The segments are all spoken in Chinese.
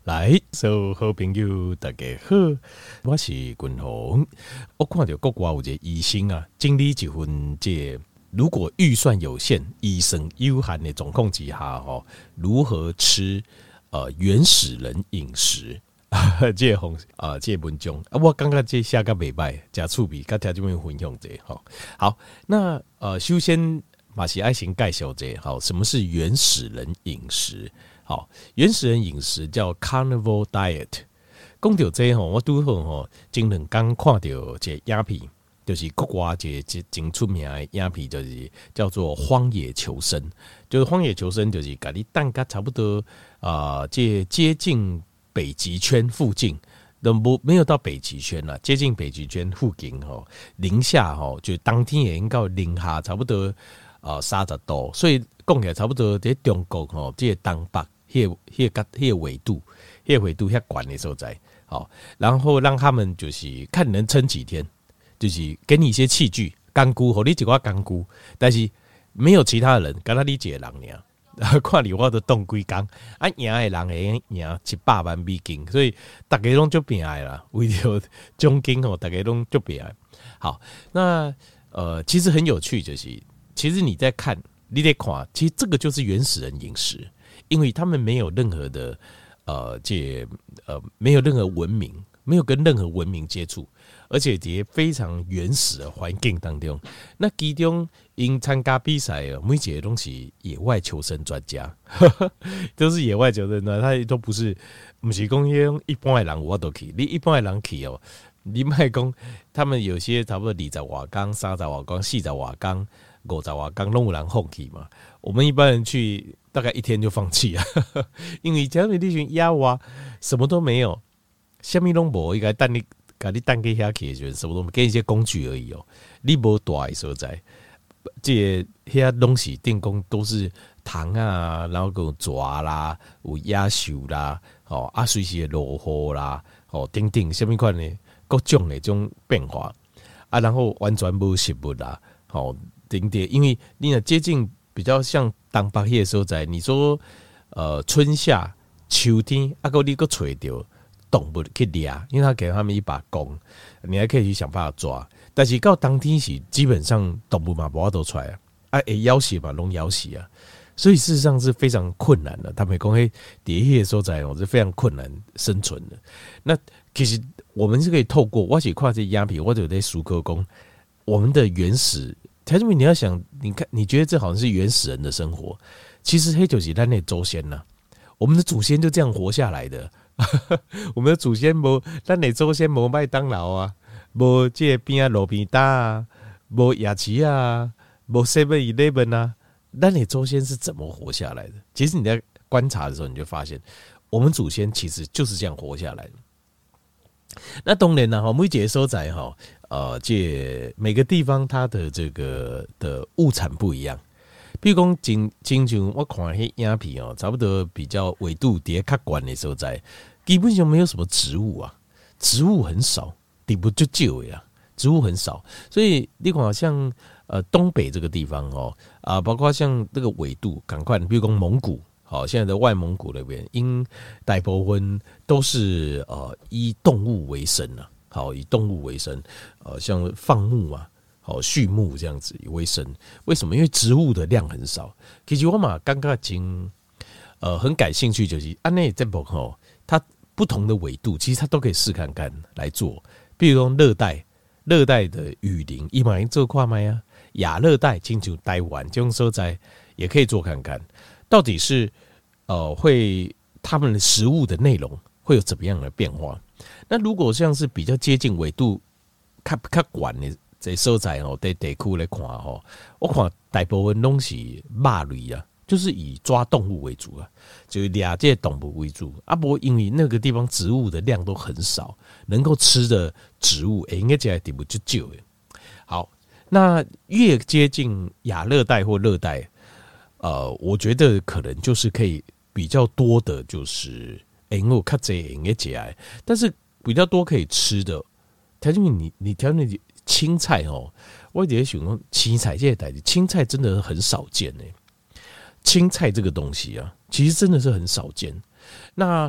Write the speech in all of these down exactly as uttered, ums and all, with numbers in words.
来，所有好朋友大家好，我是君鸿。我看到国外有一个医生啊，经历一份这如果预算有限、医生有限的状况之下，吼，如何吃呃原始人饮食？这个红啊，这个文章啊，我感觉这写得袂歹，真趣味，跟听众们分享一下吼。好，那呃，首先嘛是爱先介绍一下，好，什么是原始人饮食？好，原始人饮食叫 Carnivore Diet。讲到这吼，我拄好吼，前两天看到一个影片，就是国外一个真出名的影片，就是叫做《荒野求生》。就是荒野求生，就是甲你等甲差不多啊，这、呃、接近北极圈附近，都不没有到北极圈啦，接近北极圈附近吼，零下吼，就当天也应该零下差不多啊三十度，所以讲起来差不多在中国吼，这个东北。迄、那个、迄、那个、迄、那个纬度，迄、那个纬度遐悬的所在，好，然后让他们就是看能撑几天，就是给你一些器具，钢箍，和你一寡钢箍，但是没有其他人，跟他你一个人尔，看你我都冻几工，啊，赢的人会赢一百万美金，所以大家拢足拼的啦，为了奖金吼，大家拢足拼的。好，那呃，其实很有趣，就是其实你在看，你在看，其实这个就是原始人饮食。因为他们没有任何的呃，这呃没有任何文明，没有跟任何文明接触，而且在非常原始的环境当中，那其中因参加比赛啊，每一个都是野外求生专家，呵呵都是野外求生专家，他都不是，不是讲迄一般的人我都去，你一般的人去哦，你莫讲他们有些差不多二十外天、三十外天、四十外天、五十外天，拢有人放弃嘛。我们一般人去。大概一天就放弃了，因为这样的地群压哇，什么都没有，什么都没，应该带你，给你带给下去，就什么都没，给一些工具而已哦。你无大的所在，这些些东西电工都是糖啊，然后有蛇啦，有野兽啦，哦啊，随时落雨啦，哦等等，什么款的各种的这种变化啊，然后完全无食物啦，哦等等，因为你若接近。比较像东北迄个所在，你说，呃，春夏秋天，啊个你个找到动物去抓，因为他给他们一把弓，你还可以去想办法抓。但是到当天时，基本上动物嘛，无法度出来啊，啊，会咬死嘛，拢咬死啊，所以事实上是非常困难的。他们讲迄底迄个所在哦，是非常困难生存的。那其实我们是可以透过我是看这鸦片，我就在思考讲我们的原始。台中，你要想，你看，你觉得这好像是原始人的生活，其实黑就是咱的祖先呐、啊，我们的祖先就这样活下来的。我们的祖先无，咱的祖先无麦当劳啊，无这个边啊路边摊啊，无夜市啊，无 seven eleven 啊，咱的祖先是怎么活下来的？其实你在观察的时候，你就发现，我们祖先其实就是这样活下来的。那当然啦，每一个所在哈，呃，这每个地方它的这个的物产不一样。比如讲，真真像我看迄影片哦，差不多比较纬度底较高的所在，基本上没有什么植物啊，植物很少，底部就旧呀，植物很少。所以你看像呃东北这个地方哦，啊，包括像这个纬度，赶快，比如讲蒙古。好，现在的外蒙古那边，因大部分都是呃以动物为生啊。好，以动物为生，呃，像放牧啊，好畜牧这样子为生。为什么？因为植物的量很少。其实我嘛刚刚已经呃很感兴趣，就是安内这部吼，它不同的纬度，其实它都可以试看看来做。比如说热带，热带的雨林，伊嘛做跨麦啊，亚热带，亲像台湾这种所在，也可以做看看。到底是呃会他们的食物的内容会有怎么样的变化？那如果像是比较接近纬度较较高的这所在哦，在地区来看哦，我看大部分东西肉类啊，就是以抓动物为主啊，就是抓这些动物为主啊。不过因为那个地方植物的量都很少，能够吃的植物应该讲的地步就少了。好，那越接近亚热带或热带。呃，我觉得可能就是可以比较多的，就是因为我看这应该起来，但是比较多可以吃的。台中你你条那青菜哦，我一直在想说青菜这些代志，青菜真的很少见呢。青菜这个东西啊，其实真的是很少见。那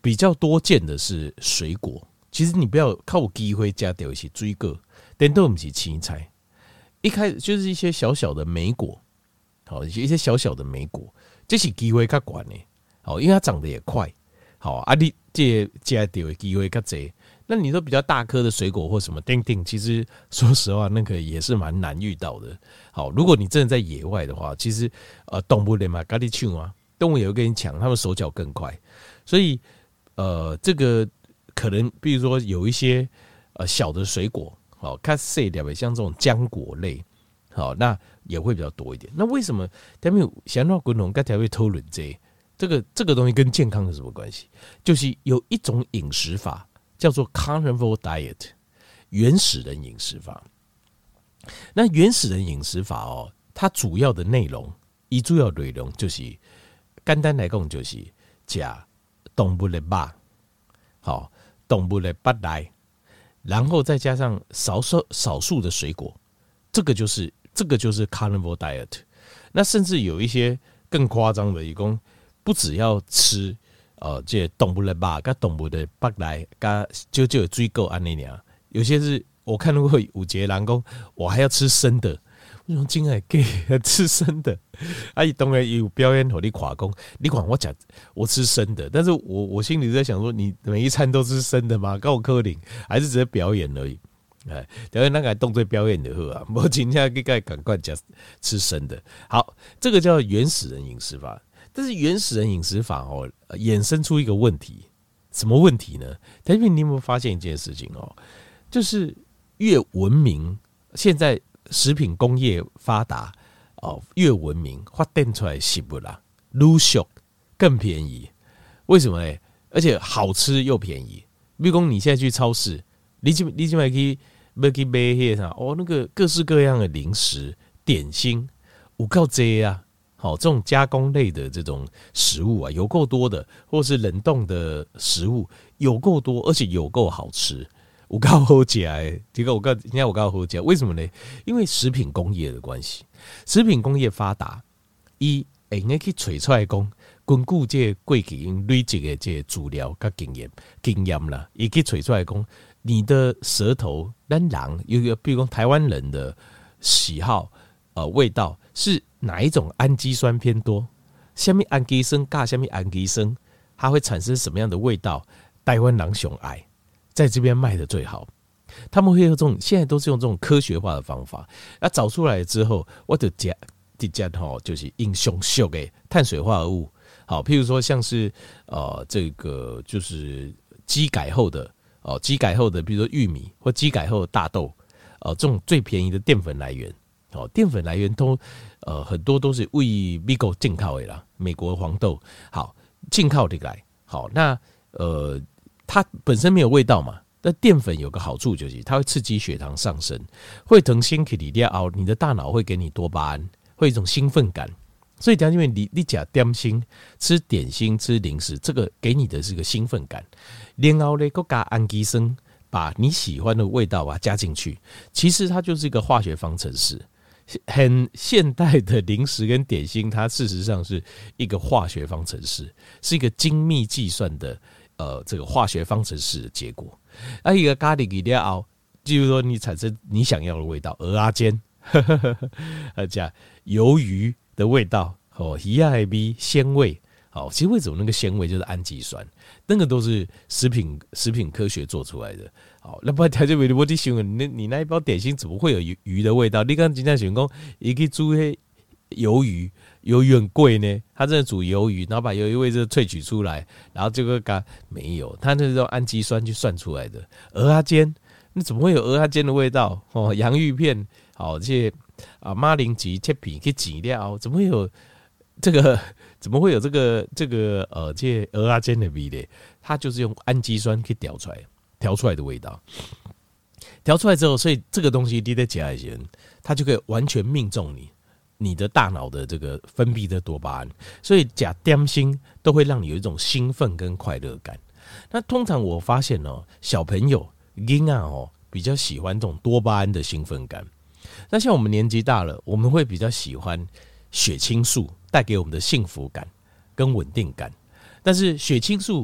比较多见的是水果。其实你不要靠有机会加掉一些水果，但都不是青菜。一开始就是一些小小的莓果，好，一些小小的莓果，这是机会较高的，好，因为它长得也快，好啊，你这加掉的机会较多。那你说比较大颗的水果或什么丁丁，其实说实话，那个也是蛮难遇到的。好，如果你真的在野外的话，其实呃，动物的嘛，咖喱抢啊，动物也会跟你抢，他们手脚更快，所以呃，这个可能比如说有一些呃小的水果，好，看细点的，像这种浆果类，好，那也会比较多一点。那为什么他们想到滚龙刚才会讨论这这个这个东西跟健康有什么关系？就是有一种饮食法。叫做 carnivore diet， 原始人饮食法。那原始人饮食法哦，它主要的内容，以主要内容就是，简单来讲就是吃动物的肉，好，动物的骨来，然后再加上少数少数的水果，这个就是这个就是 carnivore diet。那甚至有一些更夸张的，一共不只要吃。呃，这动物的肉跟动物的骨来，跟就就有水果安尼尔。有些是我看过有节人讲，我还要吃生的。我说真的给吃生的，啊，伊当然有表演和你夸讲，你管我讲我吃生的，但是我我心里在想说，你每一餐都吃生的吗？高科林还是只是表演而已？哎，表演那个动作表演的好啊，我今天给该赶快讲吃生的。好，这个叫原始人饮食法。但是原始人饮食法哦，衍生出一个问题，什么问题呢？但是你有没有发现一件事情哦？就是越文明，现在食品工业发达哦，越文明发展出来食物啦，愈俗更便宜。为什么呢？而且好吃又便宜。比如说你现在去超市，你去你去买去买去买那啥哦，那个各式各样的零食、点心，有够多啊！好，这种加工类的这种食物啊，有够多的，或是冷冻的食物有够多，而且有够好吃，有够好吃的。这个我告，现在我告好吃，为什么呢？因为食品工业的关系，食品工业发达，伊会用去找出来讲，根据这过去因累积的这资料跟经验经验啦，伊去找出来讲，你的舌头，咱人有一个，比如讲台湾人的喜好，呃，味道是。哪一种氨基酸偏多？下面氨基酸尬下面氨基酸，它会产生什么样的味道？台湾人最爱在这边卖的最好。他们会用这种，现在都是用这种科学化的方法。那找出来之后，我就加直接哈，就是用上俗的碳水化合物。好，譬如说像是呃这个就是基改后的哦，基改后的，比如说玉米或基改后的大豆，哦、呃，这种最便宜的淀粉来源。哦，淀粉来源都呃很多都是为美国进口的啦，美国黄豆好进口的来好，那呃它本身没有味道嘛，但淀粉有个好处就是它会刺激血糖上升，会腾先给你料熬，你的大脑会给你多巴胺，会有一种兴奋感，所以因为你你吃点心、吃点心、吃零食，这个给你的是个兴奋感，然后呢，再加氨基酸，把你喜欢的味道啊加进去，其实它就是一个化学方程式。很现代的零食跟点心，它事实上是一个化学方程式，是一个精密计算的呃这个化学方程式的结果。啊，一个咖喱给料熬，就是说你产生你想要的味道，蚵仔煎，呃，加鱿鱼的味道，哦，鱼仔的味鲜味。好，其实为什么那个鲜味就是氨基酸，那个都是食品食品科学做出来的。好，那不然条件为我你想，你你那一包点心怎么会有鱼鱼的味道？你刚刚今天想讲，也可以煮黑鱿鱼，鱿鱼很贵呢，他真的煮鱿鱼，然后把鱿鱼味这萃取出来，然后这个嘎没有，他那种氨基酸去算出来的。蚵仔煎，那怎么会有蚵仔煎的味道？哦，洋芋片，好，这些啊马铃薯切皮去挤料，怎么会有？这个怎么会有这个这个呃，这蚵仔煎的味呢？它就是用氨基酸去调出来，调出来的味道。调出来之后，所以这个东西你在吃的时候，它就可以完全命中你你的大脑的这个分泌的多巴胺。所以吃点心都会让你有一种兴奋跟快乐感。那通常我发现哦，小朋友婴儿哦比较喜欢这种多巴胺的兴奋感。那像我们年纪大了，我们会比较喜欢血清素带给我们的幸福感跟稳定感，但是血清素它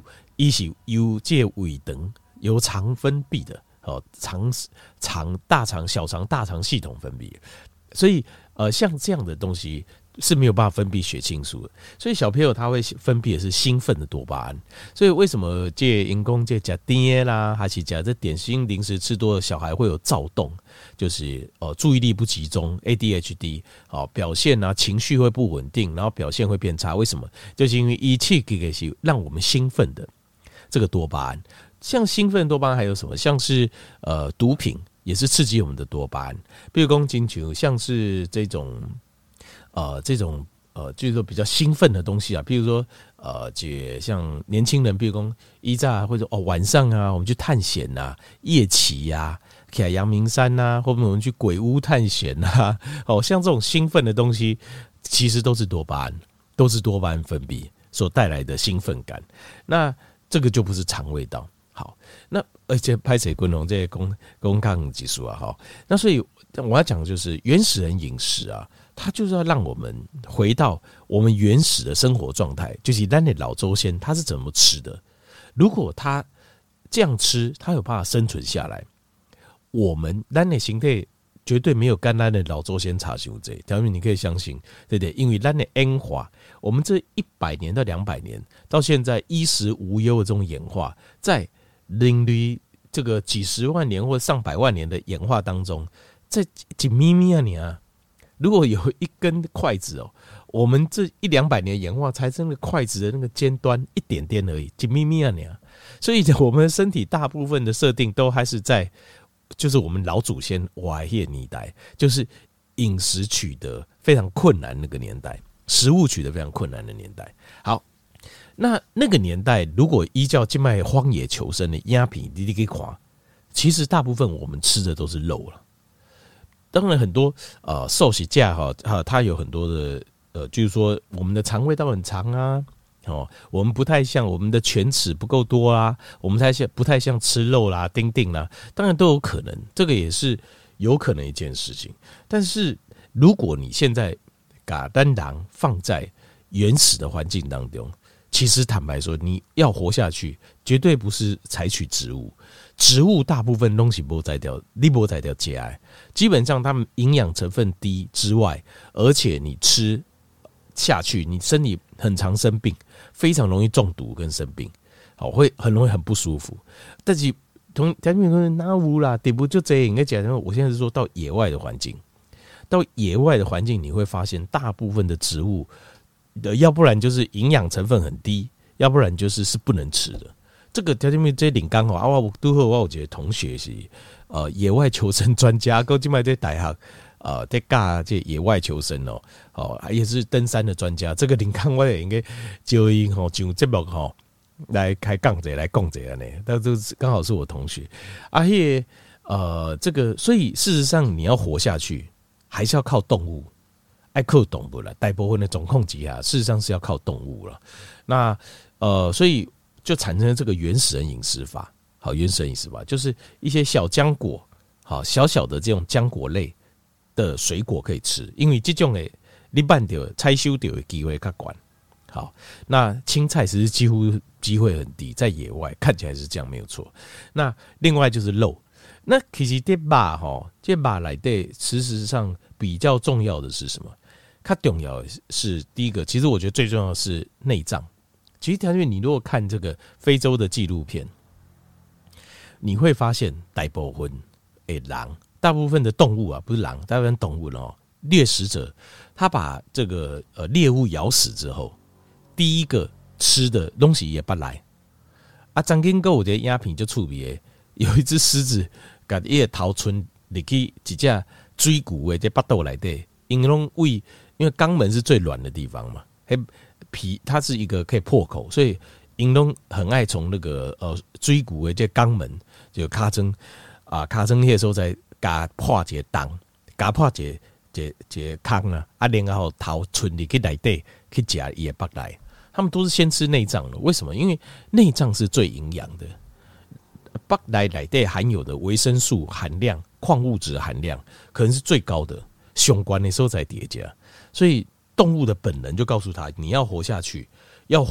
伊是由这胃肠由肠分泌的，哦，肠肠大肠小肠大肠系统分泌的，所以呃像这样的东西是没有办法分泌血清素的，所以小朋友他会分泌的是兴奋的多巴胺。所以为什么这因公这吃甜啦，还是吃这点心零食吃多的小孩会有躁动，就是呃注意力不集中 A D H D， 哦，表现啊情绪会不稳定，然后表现会变差。为什么？就是因为一切给是让我们兴奋的这个多巴胺。像兴奋多巴胺还有什么？像是呃毒品也是刺激我们的多巴胺，比如说金球，像是这种。呃，这种呃，就是说比较兴奋的东西啊，譬如说呃，解像年轻人，比如说一炸或者哦晚上啊，我们去探险呐、夜骑呀、啊，去阳明山呐、啊，或者我们去鬼屋探险呐、啊，哦，像这种兴奋的东西，其实都是多巴胺，都是多巴胺分泌所带来的兴奋感。那这个就不是肠胃道。好，那而且拍水滚龙这些公公抗技术啊，哈，那所以我要讲的就是原始人饮食啊。它就是要让我们回到我们原始的生活状态，就是咱的老祖先他是怎么吃的。如果他这样吃，他有办法生存下来，我们咱的形态绝对没有跟咱的老祖先差伤多。条目你可以相信，对不对？因为咱的演化，我们这一百年到两百年到现在衣食无忧的这种演化，在人类这个几十万年或上百万年的演化当中，在一咪咪啊你啊。如果有一根筷子哦，我们这一两百年演化才是那个筷子的那个尖端一点点而已，一咪咪啊你啊，所以我们的身体大部分的设定都还是在，就是我们老祖先瓦叶年代，就是饮食取得非常困难那个年代，食物取得非常困难的年代。好，那那个年代如果依照今麦荒野求生的鸦片，你可以看，其实大部分我们吃的都是肉了。当然很多呃寿喜架哈，它有很多的呃，就是说我们的肠胃道很长啊，哦，我们不太像我们的犬齿不够多啊，我们太像不太像吃肉啦、丁丁啦，当然都有可能，这个也是有可能一件事情。但是如果你现在把单狼放在原始的环境当中，其实坦白说，你要活下去，绝对不是采取植物。植物大部分东西不摘掉，你不摘掉节哀，基本上它们营养成分低之外，而且你吃下去，你身体很常生病，非常容易中毒跟生病，好，会很容易很不舒服。但是同条件说哪有啦，底部就这应该讲，我现在是说到野外的环境，到野外的环境你会发现，大部分的植物的，要不然就是营养成分很低，要不然就是是不能吃的。这个条件面这领刚好啊，我都和我有一个同学是呃野外求生专家，跟今麦在大学呃在教这野外求生哦，哦也是登山的专家。这个领刚我也应该就因吼上节目吼来开讲者来讲者呢，但这刚好是我同学啊，也呃这个，所以事实上你要活下去，还是要靠动物，爱靠动物了。大部分的总控级啊，事实上是要靠动物了。那呃，所以。就产生了这个原始人饮食法，好，原始人饮食法就是一些小浆果，好，小小的这种浆果类的水果可以吃，因为这种诶，你办掉采收掉的机会较高。好，那青菜其实几乎机会很低，在野外看起来是这样没有错。那另外就是肉，那其实这肉哈，这肉来对，事实上比较重要的是什么？它重要的是第一个，其实我觉得最重要的是内脏。其实条件，你如果看这个非洲的纪录片，你会发现大部分的狼，大部分的动物啊，不是狼，大部分动物哦，掠食者，他把这个呃猎物咬死之后，第一个吃的东西也不来。啊，张金哥我觉得鸦片就触别，有一只狮子，把一个头村入去一只水牛的这巴肚内底，因为胃，因为肛门是最软的地方嘛，皮它是一个可以破口，所以因拢很爱从那个呃水牛的这肛门就卡针啊卡针那时候在加破一个洞，加破一个一个坑啊，啊然后头伸入去内底去吃伊的腹内，他们都是先吃内脏的。为什么？因为内脏是最营养的，腹内内底含有的维生素含量、矿物质含量可能是最高的，相关的时候在叠加，所以。动物的本能就告诉他，你要活下去，要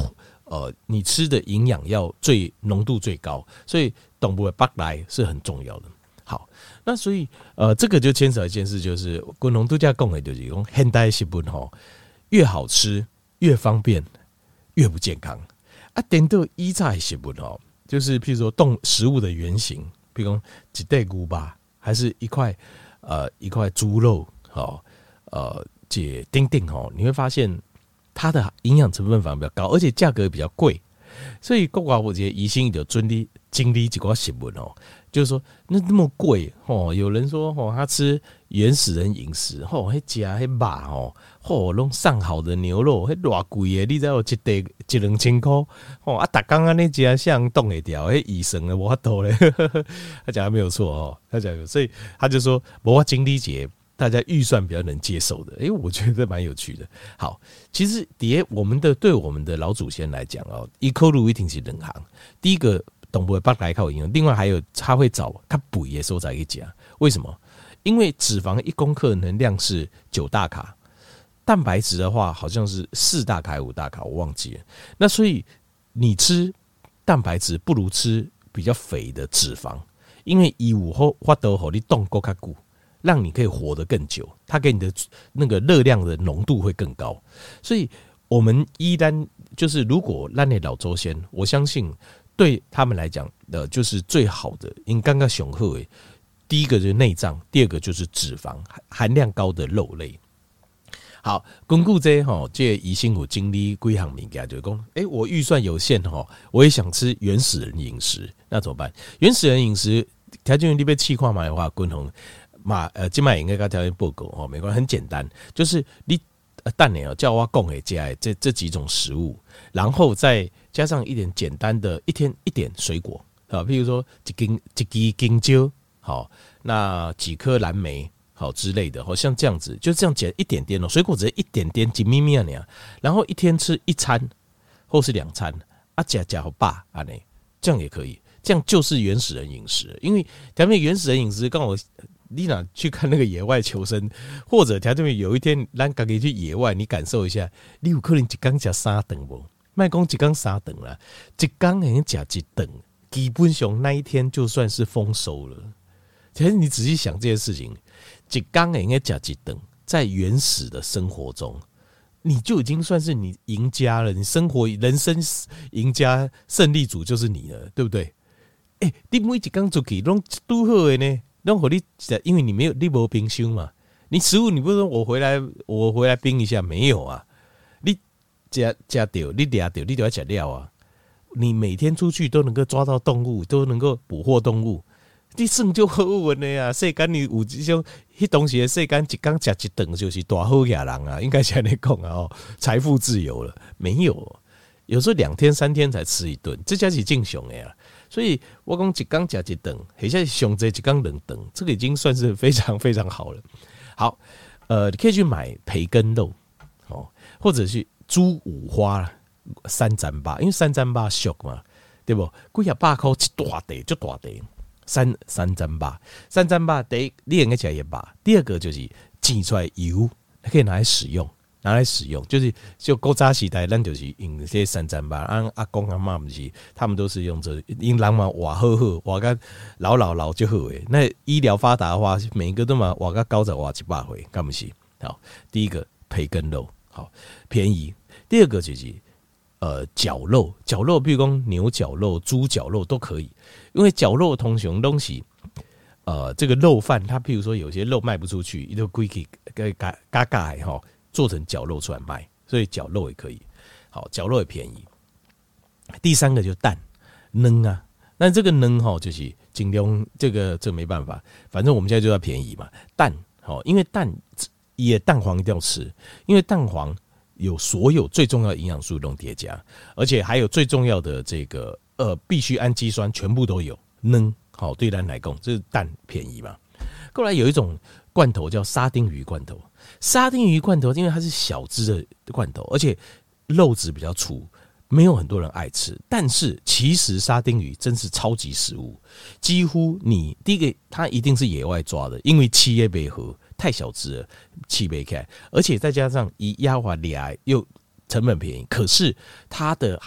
呃，你吃的营养要最浓度最高，所以动物的北来是很重要的。好，那所以呃，这个就牵扯一件事，就是滚龙度假讲的就是讲现代食物吼，越好吃越方便越不健康啊。点到以前的食物吼，就是譬如说动食物的原型，比如说一块牛吧，还是一块呃一块猪肉，哦呃这丁丁吼，你会发现它的营养成分反而比较高，而且价格也比较贵。所以国外我觉得宜兴有尊理经历几个新闻哦，就是说那那么贵哦，有人说哦，他吃原始人饮食哦，还加还肉哦，哦弄上好的牛肉，还偌贵的，你知道一袋一两千块哦啊，大刚刚那家像冻会掉，哎，医生的我多嘞，他讲的没有错哦，他讲，所以他就说我经历节。大家预算比较能接受的，哎、欸，我觉得蛮有趣的。好，其实底我们的对我们的老祖先来讲哦，一口路一定是两行。第一个东部的北来靠营养，另外还有他会找他补的时候才可以讲。为什么？因为脂肪一公克能量是九大卡，蛋白质的话好像是四大卡、五大卡，我忘记了。那所以你吃蛋白质不如吃比较肥的脂肪，因为以午后发豆后你动够卡固。让你可以活得更久，它给你的那个热量的浓度会更高，所以我们依然就是如果咱的老祖先，我相信对他们来讲的就是最好的，因刚刚雄厚诶，第一个就是内脏，第二个就是脂肪含量高的肉类。好，巩固这哈，这宜兴有经历几项物件，就是讲，哎，我预算有限哈，我也想吃原始人饮食，那怎么办？原始人饮食，条件你被气化嘛的话，均衡。嘛，呃，今麦应该跟条件报告哦，美国很简单，就是你呃蛋呢叫我供给加这这几种食物，然后再加上一点简单的，一天一点水果啊，譬如说一根一支金蕉，好，那几颗蓝莓，好之类的，好像这样子，就这样减一点点哦，水果只是一点点几咪咪啊那样，然后一天吃一餐或是两餐啊，加加好饱啊呢，这样也可以，这样就是原始人饮食，因为咱们原始人饮食刚好。你哪去看那个野外求生，或者条件有一天咱自己去野外，你感受一下，你有可能一天吃三顿不？卖讲一天三顿啦，一天已经吃一顿，基本上那一天就算是丰收了。其实你仔细想这件事情，一天已经吃一顿，在原始的生活中，你就已经算是你赢家了。你生活人生赢家胜利组就是你了，对不对？哎、欸，你每一天出去拢拄好的呢。那我你因为你没有你没冰箱嘛，你食物你不是说我回来我回来冰一下没有啊？你加加掉你抓掉你就要吃料啊！你每天出去都能够抓到动物，都能够捕获动物，你算就好运的呀！世间你有这种迄东西的世间一天吃一顿就是大好野人啊，应该是这样讲啊哦，财富自由了没有？有时候两天三天才吃一顿，这才是正常的呀。所以我讲一天吃一顿，或者上济一天两顿，这个已经算是非常非常好了。好，呃，你可以去买培根肉，哦，或者是猪五花三斩巴，因为三斩巴俗嘛，对不？几廿百块一大袋，就大袋。三三斩巴，三斩巴第一，你应该吃也罢。第二个就是挤出来油，可以拿来使用。拿来使用，就是就古早时代，咱就是用这些山珍吧。按阿公阿妈不是，他们都是用这因人嘛活好好，活个老老老就好诶。那医疗发达的话，每一个都嘛活个高着活一百回，干不是？好，第一个培根肉好便宜，第二个就是呃绞肉，绞肉比如讲牛绞肉、猪绞肉都可以，因为绞肉通常东西。呃，这个肉贩他譬如说有些肉卖不出去，一都归去嘎嘎嘎哈。做成绞肉出来卖，所以绞肉也可以。好，绞肉也便宜。第三个就是蛋嫩啊，那这个嫩哈就是尽量这个这个没办法，反正我们现在就要便宜嘛。蛋好，因为蛋也蛋黄一定要吃，因为蛋黄有所有最重要的营养素都叠加，而且还有最重要的这个呃必需氨基酸全部都有。嫩好，对咱来讲，这是蛋便宜嘛。后来有一种罐头叫沙丁鱼罐头。沙丁鱼罐头，因为它是小只的罐头，而且肉质比较粗，没有很多人爱吃。但是其实沙丁鱼真是超级食物，几乎你第一个它一定是野外抓的，因为企业没合太小只了，气没开，而且再加上以压华里来又成本便宜，可是它的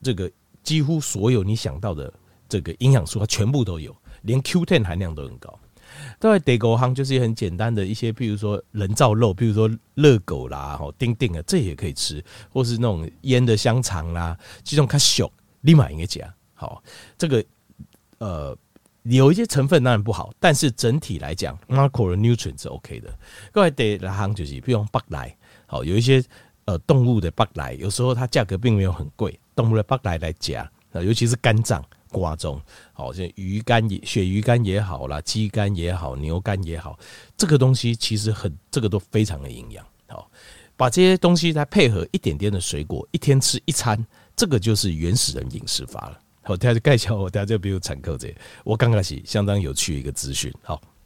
这个几乎所有你想到的这个营养素，它全部都有，连 Q 十 含量都很高。当然，第五项就是很简单的一些，譬如说人造肉，譬如说热狗啦、丁丁啊，这也可以吃，或是那种腌的香肠啦，这种较俗，立马应该加。好，这个呃有一些成分当然不好，但是整体来讲 ，macronutrient 是 OK 的。另外第六项就是，比如北奶，好，有一些呃动物的北奶，有时候它价格并没有很贵，动物的北奶来加，尤其是肝脏。瓜中，好，像鱼肝也、鳕鱼肝也好啦，鸡肝也好，牛肝也好，这个东西其实很，这个都非常的营养。好，把这些东西再配合一点点的水果，一天吃一餐，这个就是原始人饮食法了。好，大家就介绍我，大家就比如产科这，我刚开始相当有趣的一个资讯。好。